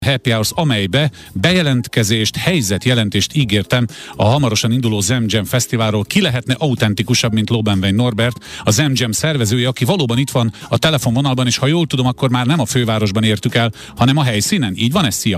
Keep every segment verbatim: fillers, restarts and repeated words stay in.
Happy Hours, amelybe bejelentkezést, helyzetjelentést ígértem a hamarosan induló Zemjam Fesztiválról. Ki lehetne autentikusabb, mint Lóbenvein Norbert, a Zemjam szervezője, aki valóban itt van a telefonvonalban, és ha jól tudom, akkor már nem a fővárosban értük el, hanem a helyszínen. Így van ez? Szia!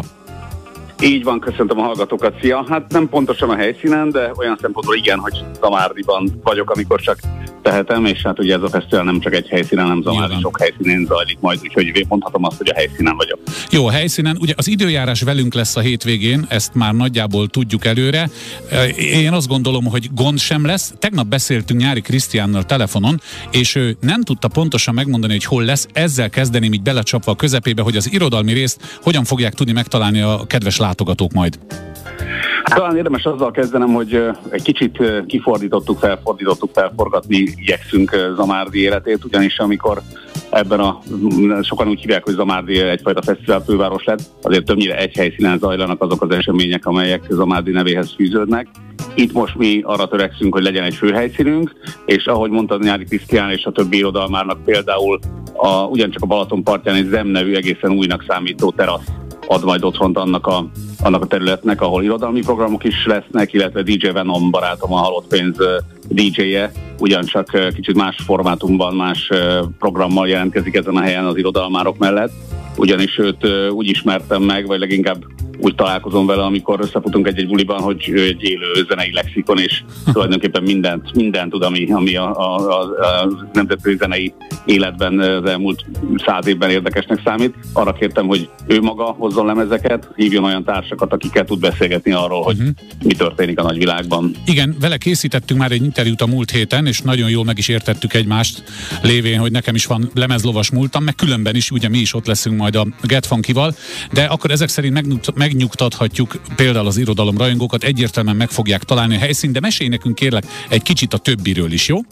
Így van, köszöntöm a hallgatókat, szia! Hát nem pontosan a helyszínen, de olyan szempontból igen, hogy Zamárdiban vagyok, amikor csak tehetem, és hát ugye ez a fesztivál nem csak egy helyszínen, hanem Zamárdi sok helyszínén zajlik majd, úgyhogy mondhatom azt, hogy a helyszínen vagyok. Jó, a helyszínen, ugye az időjárás velünk lesz a hétvégén, ezt már nagyjából tudjuk előre. Én azt gondolom, hogy gond sem lesz. Tegnap beszéltünk Nyári Krisztiánnal telefonon, és ő nem tudta pontosan megmondani, hogy hol lesz. Ezzel kezdeném így belecsapva a közepébe, hogy az irodalmi részt hogyan fogják tudni megtalálni a kedves látogatók majd. Talán érdemes azzal kezdenem, hogy egy kicsit kifordítottuk, felfordítottuk, felforgatni igyekszünk Zamárdi életét, ugyanis amikor ebben a, sokan úgy hívják, hogy Zamárdi egyfajta fesztivál főváros lett, azért többnyire egy helyszínen zajlanak azok az események, amelyek Zamárdi nevéhez fűződnek. Itt most mi arra törekszünk, hogy legyen egy főhelyszínünk, és ahogy mondtad, Nyári Krisztián és a többi irodalmárnak például a, ugyancsak a Balaton partján egy Zem nevű egészen újnak számító terasz ad majd otthont annak a, annak a területnek, ahol irodalmi programok is lesznek, illetve dé dzsé Venom barátom, a Halott Pénz dé dzséje, ugyancsak kicsit más formátumban, más programmal jelentkezik ezen a helyen az irodalmárok mellett, ugyanis őt úgy ismertem meg, vagy leginkább úgy találkozom vele, amikor összefutunk egy-egy buliban, hogy ő egy élő zenei lexikon, és tulajdonképpen mindent, mindent tud, ami, ami a, a, a, a nemzetközi zenei életben az elmúlt száz évben érdekesnek számít. Arra kértem, hogy ő maga hozzon lemezeket, hívjon olyan társakat, akikkel tud beszélgetni arról, hogy uh-huh. mi történik a nagyvilágban. Igen, vele készítettünk már egy interjút a múlt héten, és nagyon jól meg is értettük egymást, lévén, hogy nekem is van lemezlovas múltam, meg különben is, ugye mi is ott leszünk majd a Get Funky-val, de akkor ezek szerint megnyugt, megnyugtathatjuk például az irodalom rajongókat, egyértelműen meg fogják találni a helyszínt, de mesélj nekünk kérlek egy kicsit a többiről is, jó?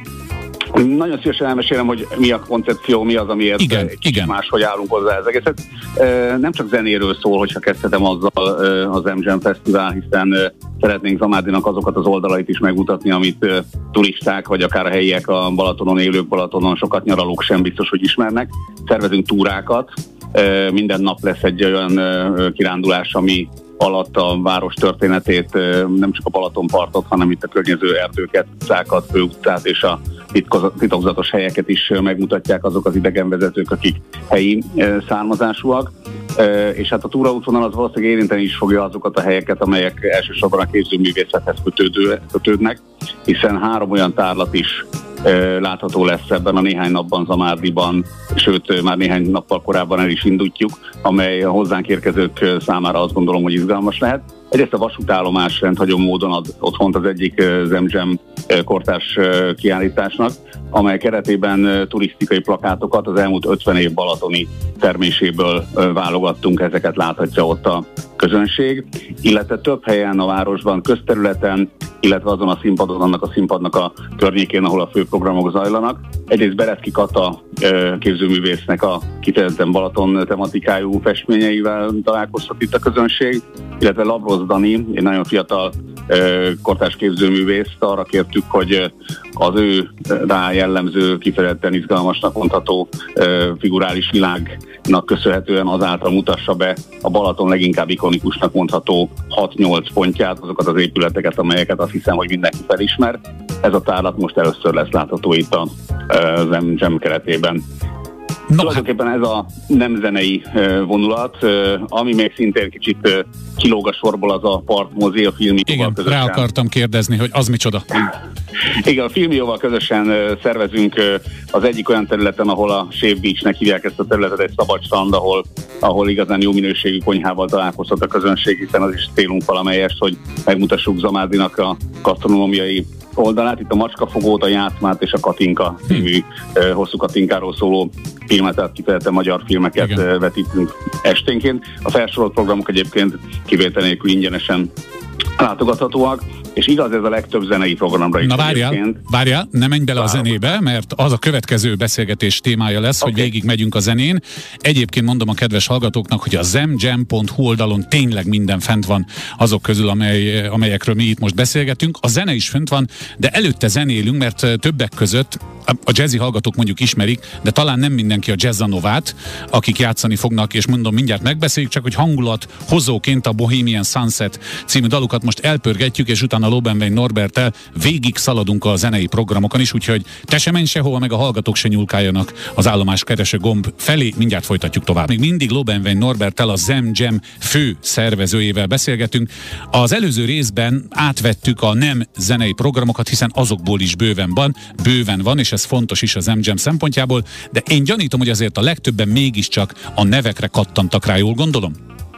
Nagyon szívesen elmesélem, hogy mi a koncepció, mi az, amiért igen, egy kicsit igen. máshogy állunk hozzá az egészet. Nem csak zenéről szól, hogyha kezdhetem azzal az Zemjam Fesztivál, hiszen szeretnénk Zamárdinak azokat az oldalait is megmutatni, amit turisták, vagy akár a helyiek, a Balatonon élők, Balatonon sokat nyaralók sem biztos, hogy ismernek. Szervezünk túrákat, minden nap lesz egy olyan kirándulás, ami alatt a város történetét, nem csak a Balatonpartot, hanem itt a környező erdőket, utcákat, főutcát és a titokzatos helyeket is megmutatják azok az idegenvezetők, akik helyi származásúak. És hát a túraútvonal az valószínűleg érinteni is fogja azokat a helyeket, amelyek elsősorban a képzőművészethez kötődő, kötődnek, hiszen három olyan tárlat is látható lesz ebben a néhány napban Zamárdiban, sőt már néhány nappal korábban el is indítjuk, amely a hozzánk érkezők számára azt gondolom, hogy izgalmas lehet. Egyrészt a vasútállomás rendhagyó módon ad otthont az egyik Zemjam kortárs kiállításnak, amely keretében turisztikai plakátokat az elmúlt ötven év balatoni terméséből válogattunk, ezeket láthatja ott a közönség, illetve több helyen a városban, közterületen, illetve azon a színpadon, annak a színpadnak a környékén, ahol a főprogramok zajlanak. Egyrészt Berecki Kata képzőművésznek a kifejezetten Balaton tematikájú festményeivel találkozhat itt a közönség, illetve Labrosz Dani, egy nagyon fiatal kortárs képzőművészt arra kértük, hogy az ő rá jellemző, kifejezetten izgalmasnak mondható figurális világnak köszönhetően azáltal mutassa be a Balaton leginkább ikonikusnak mondható hat-nyolc pontját, azokat az épületeket, amelyeket azt hiszem, hogy mindenki felismer. Ez a tárlat most először lesz látható itt a Zemjam keretében. No, tulajdonképpen ez a nem zenei vonulat, ami még szintén kicsit kilóg a sorból, az a Partmozi, a Filmióval igen, közösen. Rá akartam kérdezni, hogy az micsoda? Igen, a Filmióval közösen szervezünk az egyik olyan területen, ahol a Shave Beachnek hívják ezt a területet, egy szabad strand, ahol, ahol igazán jó minőségű konyhával találkozhat a közönség, hiszen az is célunk valamelyest, hogy megmutassuk Zamárdinak a gasztronómiai oldalát. Itt a Macskafogót, a Játszmát és a Katinka című hmm. hosszú Katinkáról szóló filmet, tehát kifejezetten magyar filmeket igen. vetítünk esténként. A felsorolt programok egyébként kivétel nélkül ingyenesen látogathatóak, és igaz ez a legtöbb zenei programra is. Na várjál, várjál, ne menj bele a zenébe, mert az a következő beszélgetés témája lesz, okay, hogy végig megyünk a zenén. Egyébként mondom a kedves hallgatóknak, hogy a zemjam pont hu oldalon tényleg minden fent van azok közül, amely, amelyekről mi itt most beszélgetünk. A zene is fent van, de előtte zenélünk, mert többek között a jazzy hallgatók mondjuk ismerik, de talán nem mindenki a Jazzanovát, akik játszani fognak, és mondom, mindjárt megbeszéljük, csak hogy hangulat hozóként a Bohemian Sunset című dalukat most elpörgetjük, és utána Lobenvein Norberttel végig szaladunk a zenei programokon is, úgyhogy te se menj sehova, meg a hallgatók se nyúlkáljanak az állomás kereső gomb felé, mindjárt folytatjuk tovább. Még mindig Lobenvein Norberttel, a Zemjam fő szervezőjével beszélgetünk. Az előző részben átvettük a nem zenei programokat, hiszen azokból is bőven van, bőven van, és ez fontos is a Zemjam szempontjából, de én gyanítom, hogy azért a legtöbben mégiscsak a nevekre kattantak rá, jól gondolom?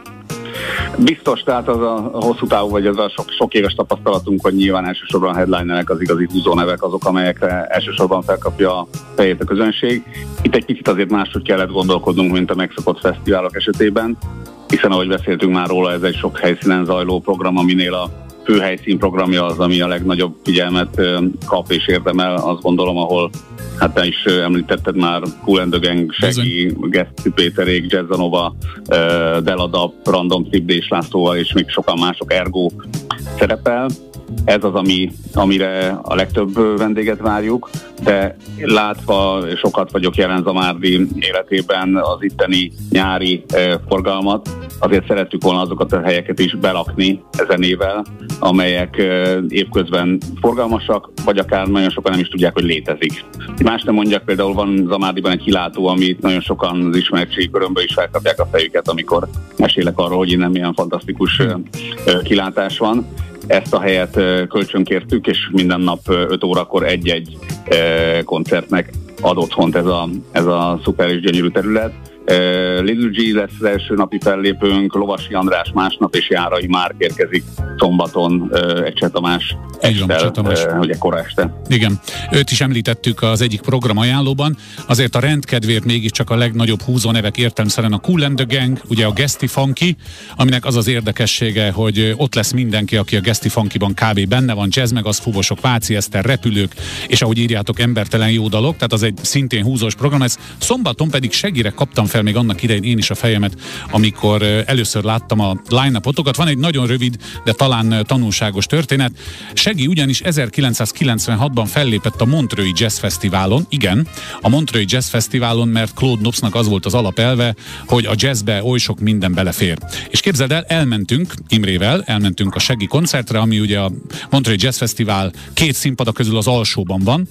Biztos, tehát az a hosszú távú, vagy az a sok, sok éves tapasztalatunk, hogy nyilván elsősorban a headlinerek, az igazi húzónevek azok, amelyekre elsősorban felkapja a fejét a közönség. Itt egy picit azért máshogy kellett gondolkodnunk, mint a megszokott fesztiválok esetében, hiszen ahogy beszéltünk már róla, ez egy sok helyszínen zajló program, aminél a fő helyszín programja az, ami a legnagyobb figyelmet kap és érdemel, azt gondolom, ahol hát te is említetted már, Kool and the Gang, Shaggy, Geszti Péterék, Jazzanova, Deladap, Random Trip, Dés Lászlóval és még sokan mások, Ergo szerepel. Ez az, ami, amire a legtöbb vendéget várjuk, de látva sokat vagyok jelen Zamárdi életében az itteni nyári eh, forgalmat, azért szerettük volna azokat a helyeket is belakni ezenével, amelyek eh, évközben forgalmasak, vagy akár nagyon sokan nem is tudják, hogy létezik. Más nem mondjak, például van Zamárdiban egy kilátó, amit nagyon sokan az ismertségi körömből is felkapják a fejüket, amikor mesélek arról, hogy innen milyen fantasztikus eh, eh, kilátás van. Ezt a helyet kölcsönkértük, és minden nap öt órakor egy-egy koncertnek ad otthont ez a, ez a szuper és gyönyörű terület. Little G lesz az első napi fellépőnk, Lovasi András másnap, és Járai Márk érkezik szombaton egy Cseh Tamás estel, ugye kora este. Igen, őt is említettük az egyik program ajánlóban, azért a rendkedvéért mégiscsak a legnagyobb húzónevek értelemszerűen a Kool and the Gang, ugye a Geszti Funky, aminek az az érdekessége, hogy ott lesz mindenki, aki a Geszti Funkyban kb. Benne van, jazz meg az fúvosok, Váci Eszter, repülők, és ahogy írjátok, embertelen jó dalok, tehát az egy szintén húzós program lesz. Szombaton pedig Segire kaptam fel még annak idején én is a fejemet, amikor először láttam a line-upotokat. Van egy nagyon rövid, de talán tanulságos történet. Segi ugyanis ezerkilencszázkilencvenhatban fellépett a Montreux Jazz Fesztiválon, igen, a Montreux Jazz Fesztiválon, mert Claude Nobsnak az volt az alapelve, hogy a jazzbe oly sok minden belefér. És képzeld el, elmentünk Imrével, elmentünk a Segi koncertre, ami ugye a Montreux Jazz Fesztivál két színpada közül az alsóban van,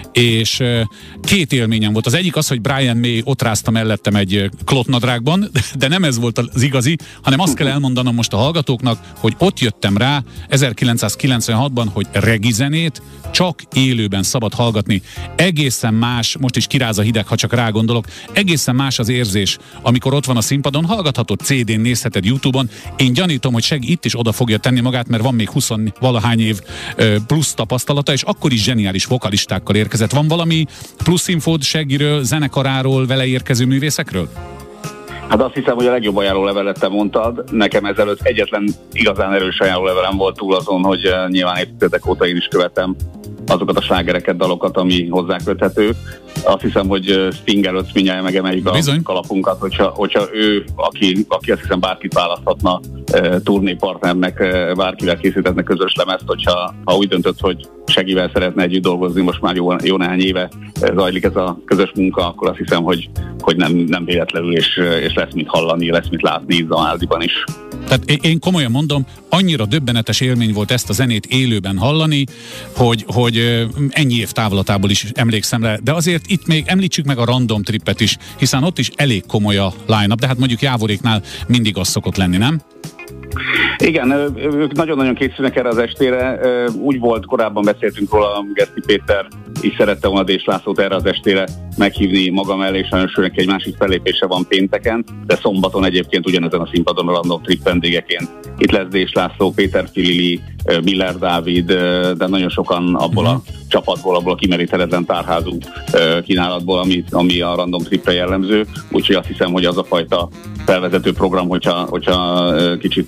és két élményem volt. Az egyik az, hogy Brian May ott rázta mellettem egy klotnadrágban, de nem ez volt az igazi, hanem azt kell elmondanom most a hallgatóknak, hogy ott jöttem rá ezerkilencszázkilencvenhatban, hogy regizenét csak élőben szabad hallgatni. Egészen más, most is kiráz a hideg, ha csak rá gondolok, egészen más az érzés, amikor ott van a színpadon, hallgathatod cé dén, nézheted YouTube-on. Én gyanítom, hogy Segi itt is oda fogja tenni magát, mert van még húsz-valahány év plusz tapasztalata, és akkor is zseniális vokalistákkal érkezett. Van valami plusz infód Segiről, zenekaráról, vele érkező művészekről? Hát azt hiszem, hogy a legjobb ajánlólevelet te mondtad. Nekem ezelőtt egyetlen igazán erős ajánlólevelem volt, túl azon, hogy uh, nyilván évtizedek óta én is követem azokat a slágereket, dalokat, ami hozzá köthető. Azt hiszem, hogy Sting előtt mindjárt megemeljük a Bizony. kalapunkat, hogyha, hogyha ő, aki, aki azt hiszem bárkit választhatna e, turnépartnernek, e, bárkivel készíthetne közös lemezt, hogyha ha úgy döntött, hogy Segivel szeretne együtt dolgozni, most már jó, jó néhány éve zajlik ez a közös munka, akkor azt hiszem, hogy, hogy nem, nem véletlenül, és, és lesz mit hallani, lesz mit látni Zamárdiban is. Tehát én komolyan mondom, annyira döbbenetes élmény volt ezt a zenét élőben hallani, hogy, hogy ennyi év távlatából is emlékszem rá, de azért itt még említsük meg a Random Tripet is, hiszen ott is elég komoly a line-up, de hát mondjuk Jávoréknál mindig az szokott lenni, nem? Igen, ők nagyon-nagyon készülnek erre az estére. Úgy volt, korábban beszéltünk róla, Geszti Péter is szerette volna Dés Lászlót erre az estére meghívni maga mellé, és nagyon sőnek egy másik fellépése van pénteken, de szombaton egyébként ugyanezen a színpadon a Random Trip vendégeként. Itt lesz Dés László, Péter Filili, Miller Dávid, de nagyon sokan abból a csapatból, abból a kimeríthetetlen tárházú kínálatból, ami, ami a Random Tripre jellemző. Úgyhogy azt hiszem, hogy az a fajta felvezető program, hogyha, hogyha kicsit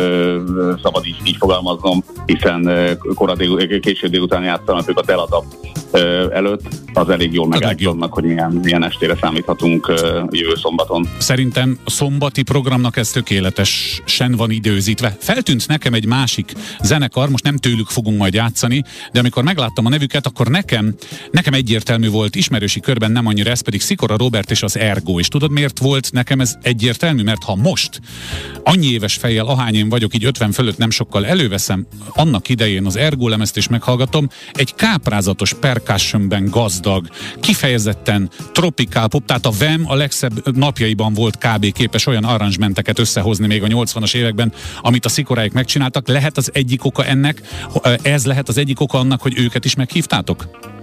szabad így, így fogalmaznom, hiszen kora dél, késő délután játszanak ők a Teladap előtt, az elég jól megállítanak, hogy milyen, milyen estére számíthatunk jövő szombaton. Szerintem a szombati programnak ez tökéletesen van időzítve. Feltűnt nekem egy másik zenekar, most nem tőlük fogunk majd játszani, de amikor megláttam a nevüket, akkor nekem, nekem egyértelmű volt, ismerősi körben nem annyira, ez pedig Szikora Róbert és az Ergo. És tudod, miért volt nekem ez egyértelmű? Mert ha most annyi éves fejjel, ahány én vagyok, így ötven fölött nem sokkal előveszem annak idején az Ergo lemezt és meghallgatom, egy káprázatos percussionben gazdag, kifejezetten tropikál pop, tehát a Vem a legszebb napjaiban volt kb. Képes olyan arrangementeket összehozni még a nyolcvanas években, amit a Szikoráik megcsináltak. Lehet az egyik oka ennek, ez lehet az egyik oka annak, hogy őket is meghívtátok?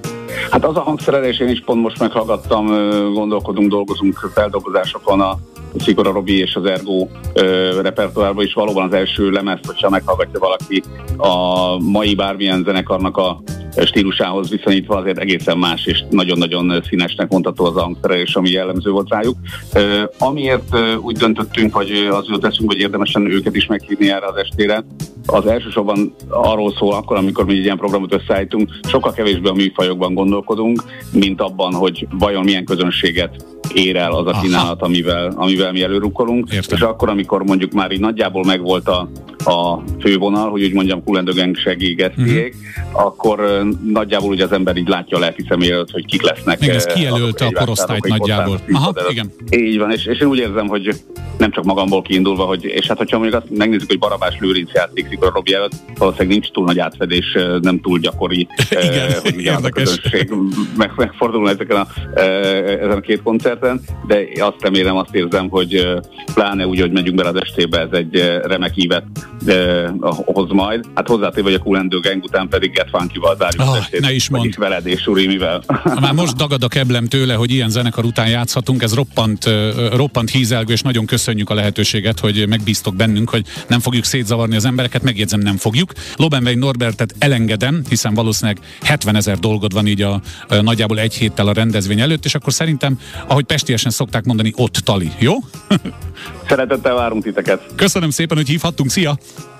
Hát az a hangszerelés, én is pont most meghallgattam, gondolkodunk, dolgozunk feldolgozásokon a Szikora Robi és az Ergo ö, repertoárban is. Valóban az első lemez, hogyha meghallgatja valaki a mai bármilyen zenekarnak a stílusához viszonyítva, azért egészen más és nagyon-nagyon színesnek mondható az a hangszerelés, ami jellemző volt rájuk. Ö, amiért ö, úgy döntöttünk, hogy az jött eszünk, hogy érdemesen őket is meghívni erre az estére, az elsősorban arról szól akkor, amikor mi egy ilyen programot összeállítunk, sokkal kevésbé a műfajokban gondolkodunk, mint abban, hogy vajon milyen közönséget ér el az a kínálat, amivel, amivel mi előrukkolunk. Értem. És akkor, amikor mondjuk már így nagyjából megvolt a, a fővonal, hogy úgy mondjam, Kool and the Gang segégetjék, uh-huh. akkor uh, nagyjából ugye az ember így látja a lelki személyet, hogy kik lesznek. Igen, ez kijelölte a korosztályt nagyjából. Aha, igen. Így van, és, és én úgy érzem, hogy nem csak magamból kiindulva, hogy, és hát hogyha mondjuk azt megnézzük, hogy Barabás Lőrinc játszik Szikora Robi előtt, valószínűleg nincs túl nagy átfedés, nem túl gyakori, igen, eh, hogy ugye a közönség meg, megfordul ezeken a, eh, ezen a két koncerten, de azt remélem, azt érzem, hogy eh, pláne úgy, hogy megyünk bele az estébe, ez egy eh, remek ívet eh, hoz majd. Hát hozzátéve, hogy a Kool and the Gang után pedig Get Funky-val zárjuk oh, az estét, ne is vagyis veled és Surimivel. Már most dagad a keblem tőle, hogy ilyen zenekar után játszhatunk, ez roppant, roppant hízelgő, és nagyon köszönjük a lehetőséget, hogy megbíztok bennünk, hogy nem fogjuk szétzavarni az embereket, megjegyzem, nem fogjuk. Lobenvein Norbertet elengedem, hiszen valószínűleg hetvenezer dolgod van így a, a nagyjából egy héttel a rendezvény előtt, és akkor szerintem, ahogy pestiesen szokták mondani, ott tali, jó? Szeretettel várunk titeket. Köszönöm szépen, hogy hívhattunk, szia!